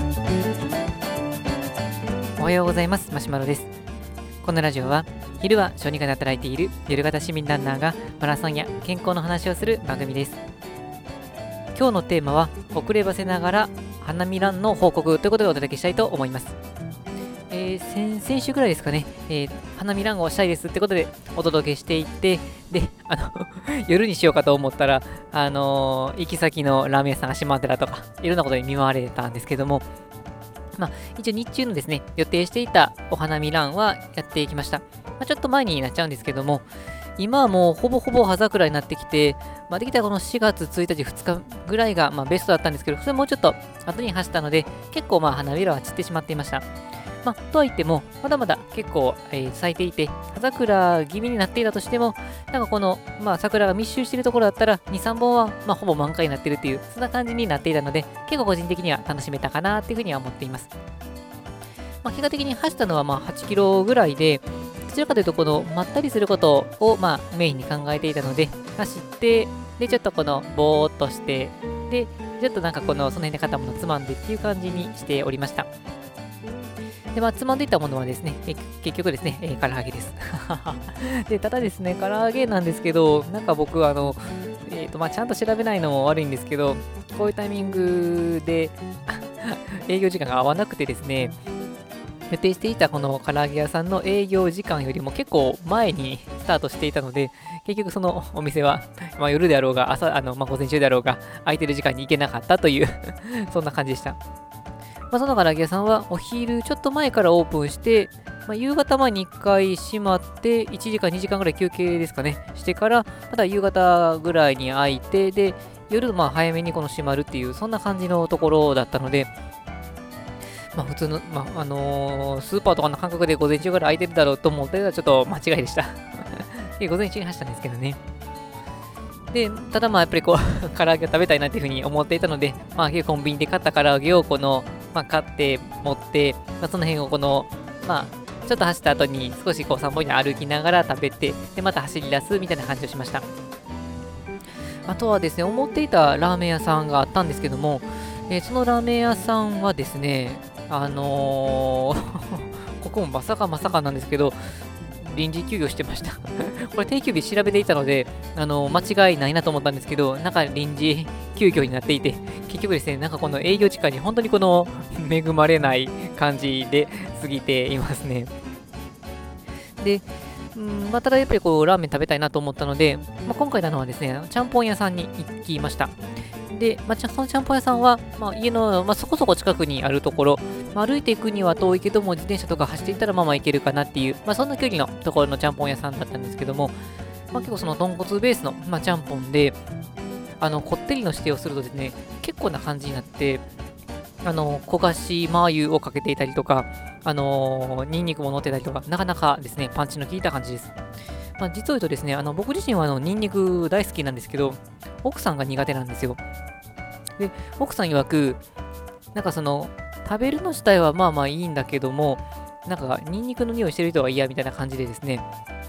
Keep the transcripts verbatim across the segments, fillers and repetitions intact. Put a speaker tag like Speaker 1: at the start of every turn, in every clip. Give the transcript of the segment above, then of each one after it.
Speaker 1: おはようございます。マシュマロです。このラジオは昼は小児科で働いている夜型市民ランナーがマラソンや健康の話をする番組です。今日のテーマは遅ればせながら花見ランの報告ということでお届けしたいと思います。えー、先, 先週くらいですかね、えー、花見ランをしたいですってことでお届けしていて、で、あの夜にしようかと思ったら、あのー行き先のラーメン屋さんが閉まってたとか、いろんなことに見舞われたんですけども、まあ、一応日中のですね、予定していたお花見ランはやっていきました。まあ、ちょっと前になっちゃうんですけども、今はもうほぼほぼ葉桜になってきて、まあ、できたらこのしがつついたち、ふつかぐらいがまあベストだったんですけど、それもうちょっと後に走ったので、結構まあ花びらは散ってしまっていました。まあ、とはいっても、まだまだ結構、えー咲いていて、葉桜気味になっていたとしても、なんかこの、まあ、桜が密集しているところだったら、に、さんぼんは、まあ、ほぼ満開になっているっていう、そんな感じになっていたので、結構個人的には楽しめたかなっていうふうには思っています。まあ、結果的に走ったのはまあはちキロぐらいで、どちらかというと、このまったりすることをまあメインに考えていたので、走って、で、ちょっとこのぼーっとして、で、ちょっとなんかこのその辺で肩もつまんでっていう感じにしておりました。で、まあ、つまんでいったものはですね、え結局ですね、えー唐揚げです。で、ただですね、唐揚げなんですけど、なんか僕、あの、えっと、まあ、ちゃんと調べないのも悪いんですけど、こういうタイミングで営業時間が合わなくてですね、予定していたこの唐揚げ屋さんの営業時間よりも結構前にスタートしていたので、結局そのお店は、まあ、夜であろうが、朝、あの、まあ、午前中であろうが、空いてる時間に行けなかったというそんな感じでした。まあ、その唐揚げ屋さんはお昼ちょっと前からオープンして、まあ、夕方前にいっかい閉まって、いちじかん、にじかんぐらい休憩ですかね、してから、また夕方ぐらいに開いて、で、夜まあ早めにこの閉まるっていう、そんな感じのところだったので、まあ普通の、まああのースーパーとかの感覚で午前中から空いてるだろうと思ってたらちょっと間違いでした。で、午前中に走ったんですけどね。で、ただまあやっぱりこう、唐揚げを食べたいなっていうふうに思っていたので、まあコンビニで買った唐揚げをこの、まあ買って持って、まあその辺をこの、まあちょっと走った後に少しこう散歩に歩きながら食べて、で、また走り出すみたいな感じをしました。あとはですね、思っていたラーメン屋さんがあったんですけども、えーそのラーメン屋さんはですね、あのーここもまさかまさかなんですけど、臨時休業してました。これ定休日調べていたので、あのー間違いないなと思ったんですけど、なんか臨時休業になっていて、結局ですね、なんかこの営業時間に本当にこの恵まれない感じで過ぎていますね。で、うんまあ、ただやっぱりこうラーメン食べたいなと思ったので、まあ、今回なのはですね、ちゃんぽん屋さんに行きました。で、まあ、ちゃそのちゃんぽん屋さんは、まあ、家の、まあ、そこそこ近くにあるところ、まあ、歩いていくには遠いけども、自転車とか走っていったらまあまあ行けるかなっていう、まあ、そんな距離のところのちゃんぽん屋さんだったんですけども、まあ、結構その豚骨ベースの、まあ、ちゃんぽんで、あの、こってりの指定をするとですね、結構な感じになって、あの、焦がし麻油をかけていたりとか、あのーニンニクも乗ってたりとか、なかなかですね、パンチの効いた感じです。まあ、実を言うとですね、あの僕自身はあのニンニク大好きなんですけど、奥さんが苦手なんですよ。で、奥さん曰く、なんかその、食べるの自体はまあまあいいんだけども、なんかニンニクの匂いしてる人は嫌みたいな感じでですね、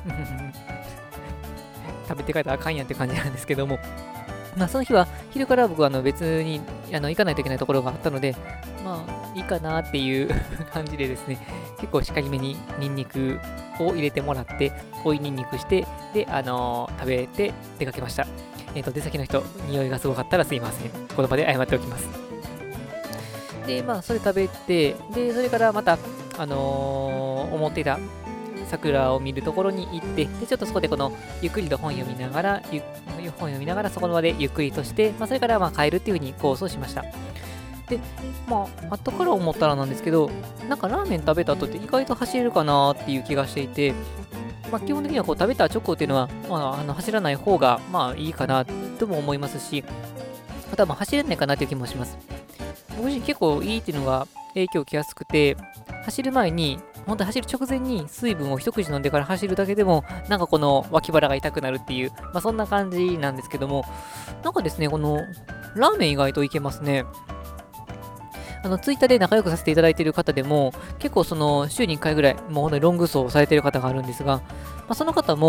Speaker 1: 食べて帰ったらあかんやんって感じなんですけども、まあその日は昼から僕はあの別にあの行かないといけないところがあったので、まあいいかなっていう感じでですね、結構しっかりめにニンニクを入れてもらって、追いニンニクして、で、あのー食べて出かけました。えっ、と、出先の人、匂いがすごかったらすいません。この場で謝っておきます。で、まあ、それ食べて、で、それからまた、あのー思っていた桜を見るところに行って、で、ちょっとそこでこの、ゆっくりと本読みながら、ゆ本読みながらそこの場でゆっくりとして、まあ、それからまあ帰るっていうふうにコースをしました。で、まあ、後から思ったらなんですけど、なんかラーメン食べた後って意外と走れるかなっていう気がしていて、まあ、基本的にはこう食べた直後っていうのは、まあ、あの走らない方がまあいいかなとも思いますし、あとはまあ走れないかなという気もします。僕自身結構いいっていうのが影響を受けやすくて、走る前に、本当に走る直前に水分を一口飲んでから走るだけでも、なんかこの脇腹が痛くなるっていう、まあそんな感じなんですけども、なんかですね、このラーメン意外といけますね。あの、ツイッターで仲良くさせていただいている方でも、結構その、週にいっかいぐらい、もう本当にロング走をされている方があるんですが、まあ、その方も、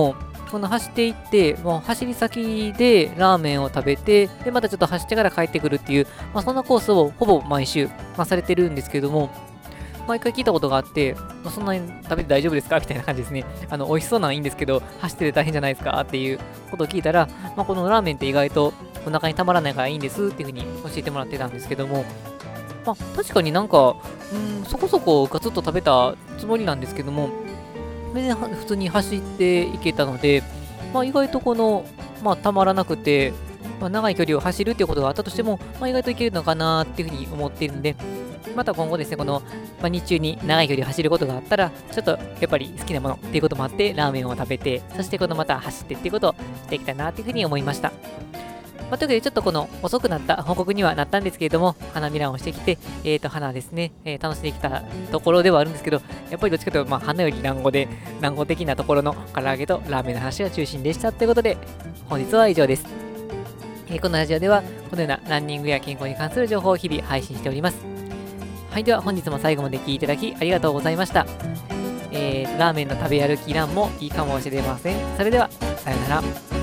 Speaker 1: この走っていって、もう走り先でラーメンを食べて、で、またちょっと走ってから帰ってくるっていう、まあ、そんなコースをほぼ毎週、まあ、されてるんですけれども、毎回聞いたことがあって、まあ、そんなに食べて大丈夫ですかみたいな感じですね。あの、美味しそうなんいいんですけど、走ってて大変じゃないですかっていうことを聞いたら、まあ、このラーメンって意外とお腹にたまらないからいいんですっていうふうに教えてもらってたんですけども、まあ、確かになんか、うん、そこそこガツッと食べたつもりなんですけども、全然普通に走っていけたので、まあ、意外とこの、まあ、たまらなくて、まあ、長い距離を走るっていうことがあったとしても、まあ、意外といけるのかなっていうふうに思っているんで、また今後ですね、この、まあ、日中に長い距離を走ることがあったら、ちょっとやっぱり好きなものっていうこともあって、ラーメンを食べて、そしてこのまた走ってっていうことをしていきたいなっていうふうに思いました。まあ、というわけで、ちょっとこの遅くなった報告にはなったんですけれども、花見ランをしてきて、えーと、花ですね、えー楽しんできたところではあるんですけど、やっぱりどっちかというと、まあ、花より団子で、団子的なところの唐揚げとラーメンの話が中心でしたということで、本日は以上です。えーこのラジオでは、このようなランニングや健康に関する情報を日々配信しております。はい、では本日も最後まで聞いていただきありがとうございました。えー、ラーメンの食べ歩きランもいいかもしれません。それでは、さようなら。